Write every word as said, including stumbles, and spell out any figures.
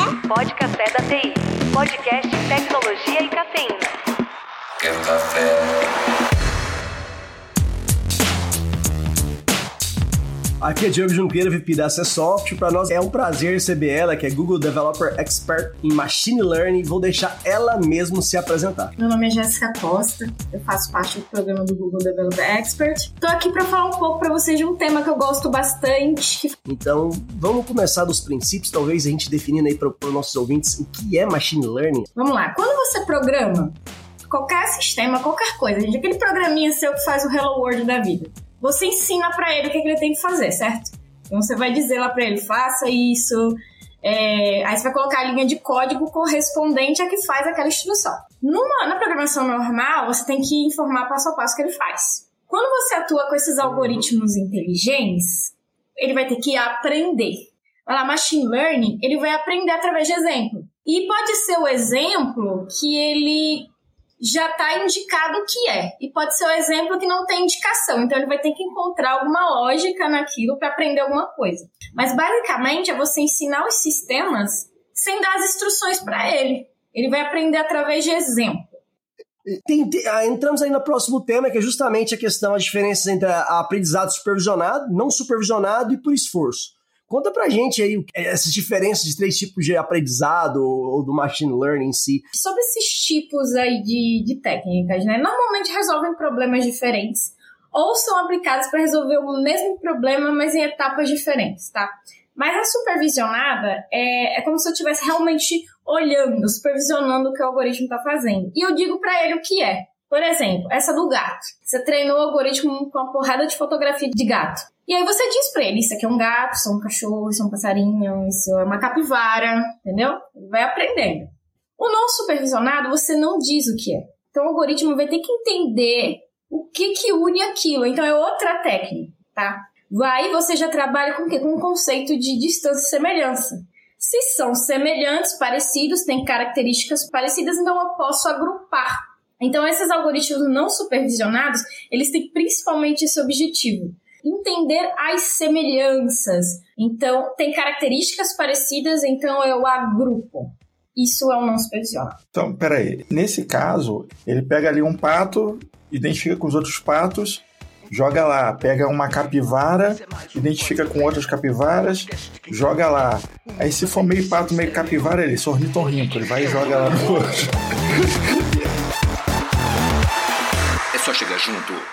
Pode Café da T I, podcast de tecnologia e cafeína. Quer café? Aqui é Diogo Junqueira, V P da Acessoft. Para nós é um prazer receber ela, que é Google Developer Expert em Machine Learning. Vou deixar ela mesmo se apresentar. Meu nome é Jéssica Costa, eu faço parte do programa do Google Developer Expert. Estou aqui para falar um pouco para vocês de um tema que eu gosto bastante. Então, vamos começar dos princípios, talvez a gente definindo aí para os nossos ouvintes o que é Machine Learning. Vamos lá, quando você programa qualquer sistema, qualquer coisa, gente, aquele programinha seu que faz o Hello World da vida, você ensina para ele o que, é que ele tem que fazer, certo? Então você vai dizer lá para ele, faça isso, é... aí você vai colocar a linha de código correspondente a que faz aquela instrução. Numa, na programação normal, você tem que informar passo a passo o que ele faz. Quando você atua com esses algoritmos inteligentes, ele vai ter que aprender. Olha lá, Machine Learning, ele vai aprender através de exemplo. E pode ser o exemplo que ele já está indicado o que é. E pode ser o exemplo que não tem indicação. Então, ele vai ter que encontrar alguma lógica naquilo para aprender alguma coisa. Mas, basicamente, é você ensinar os sistemas sem dar as instruções para ele. Ele vai aprender através de exemplo. Tem, tem, entramos aí no próximo tema, que é justamente a questão, as diferenças entre a aprendizado supervisionado, não supervisionado e por esforço. Conta pra gente aí essas diferenças de três tipos de aprendizado ou do machine learning em si. Sobre esses tipos aí de, de técnicas, né? Normalmente resolvem problemas diferentes ou são aplicados para resolver o mesmo problema, mas em etapas diferentes, tá? Mas a supervisionada é, é como se eu estivesse realmente olhando, supervisionando o que o algoritmo está fazendo. E eu digo para ele o que é. Por exemplo, essa do gato. Você treinou o algoritmo com uma porrada de fotografia de gato. E aí você diz pra ele, isso aqui é um gato, isso é um cachorro, isso é um passarinho, isso é uma capivara, entendeu? Ele vai aprendendo. O não supervisionado, você não diz o que é. Então o algoritmo vai ter que entender o que que une aquilo. Então é outra técnica, tá? Aí você já trabalha com o quê? Com o conceito de distância e semelhança. Se são semelhantes, parecidos, têm características parecidas, então eu posso agrupar. Então esses algoritmos não supervisionados, eles têm principalmente esse objetivo. Entender as semelhanças. Então, tem características parecidas, então eu agrupo. Isso é o não supervisionado. Então, peraí. Nesse caso, ele pega ali um pato, identifica com os outros patos, joga lá. Pega uma capivara, identifica com outras capivaras, joga lá. Aí, se for meio pato, meio capivara, ele é ornitorrinco. Ele vai e joga lá no outro. É só chegar junto